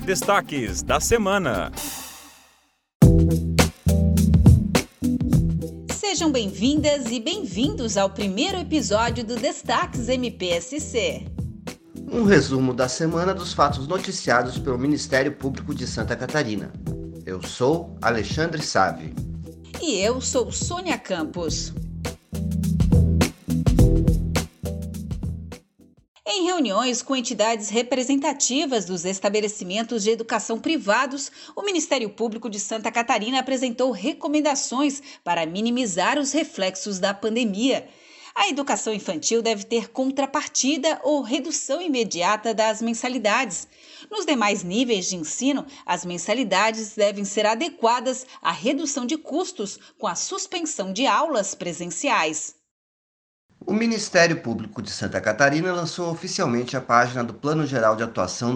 destaques da semana. Sejam bem-vindas e bem-vindos ao primeiro episódio do Destaques MPSC. Um resumo da semana dos fatos noticiados pelo Ministério Público de Santa Catarina. Eu sou Alexandre Save. E eu sou Sônia Campos. Em reuniões com entidades representativas dos estabelecimentos de educação privados, o Ministério Público de Santa Catarina apresentou recomendações para minimizar os reflexos da pandemia. A educação infantil deve ter contrapartida ou redução imediata das mensalidades. Nos demais níveis de ensino, as mensalidades devem ser adequadas à redução de custos com a suspensão de aulas presenciais. O Ministério Público de Santa Catarina lançou oficialmente a página do Plano Geral de Atuação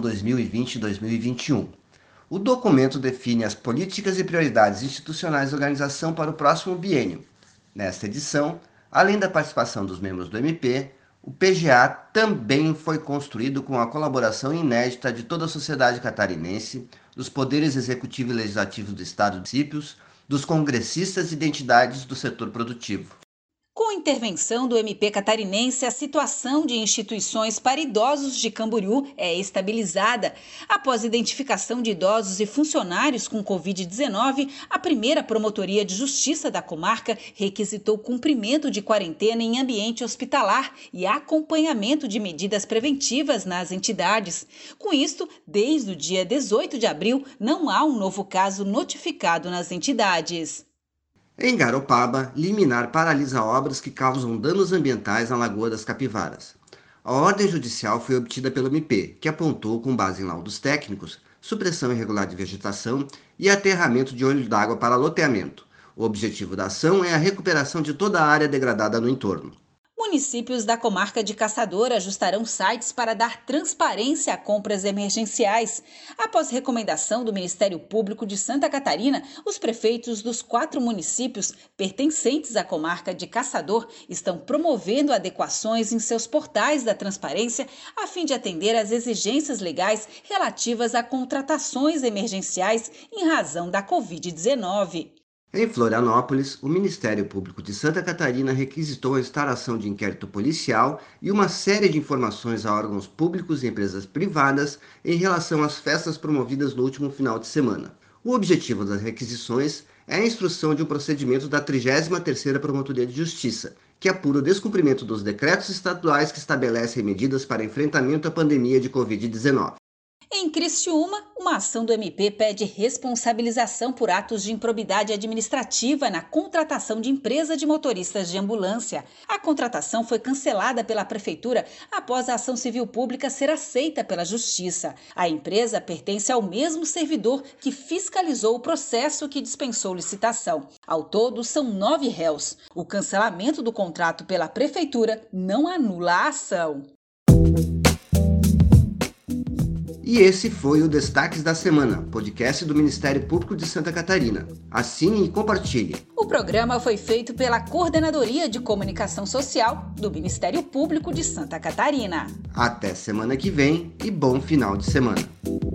2020-2021. O documento define as políticas e prioridades institucionais da organização para o próximo biênio. Nesta edição, além da participação dos membros do MP, o PGA também foi construído com a colaboração inédita de toda a sociedade catarinense, dos poderes executivo e legislativo do Estado e municípios, dos congressistas e de entidades do setor produtivo. Com intervenção do MP catarinense, a situação de instituições para idosos de Camboriú é estabilizada. Após identificação de idosos e funcionários com Covid-19, a primeira Promotoria de Justiça da comarca requisitou cumprimento de quarentena em ambiente hospitalar e acompanhamento de medidas preventivas nas entidades. Com isto, desde o dia 18 de abril, não há um novo caso notificado nas entidades. Em Garopaba, liminar paralisa obras que causam danos ambientais na Lagoa das Capivaras. A ordem judicial foi obtida pelo MP, que apontou, com base em laudos técnicos, supressão irregular de vegetação e aterramento de olhos d'água para loteamento. O objetivo da ação é a recuperação de toda a área degradada no entorno. Municípios da comarca de Caçador ajustarão sites para dar transparência a compras emergenciais. Após recomendação do Ministério Público de Santa Catarina, os prefeitos dos 4 municípios pertencentes à comarca de Caçador estão promovendo adequações em seus portais da transparência a fim de atender às exigências legais relativas a contratações emergenciais em razão da Covid-19. Em Florianópolis, o Ministério Público de Santa Catarina requisitou a instalação de inquérito policial e uma série de informações a órgãos públicos e empresas privadas em relação às festas promovidas no último final de semana. O objetivo das requisições é a instrução de um procedimento da 33ª Promotoria de Justiça, que apura o descumprimento dos decretos estaduais que estabelecem medidas para enfrentamento à pandemia de Covid-19. Em Criciúma, uma ação do MP pede responsabilização por atos de improbidade administrativa na contratação de empresa de motoristas de ambulância. A contratação foi cancelada pela Prefeitura após a ação civil pública ser aceita pela Justiça. A empresa pertence ao mesmo servidor que fiscalizou o processo que dispensou licitação. Ao todo, são 9 réus. O cancelamento do contrato pela Prefeitura não anula a ação. E esse foi o Destaques da Semana, podcast do Ministério Público de Santa Catarina. Assine e compartilhe. O programa foi feito pela Coordenadoria de Comunicação Social do Ministério Público de Santa Catarina. Até semana que vem e bom final de semana.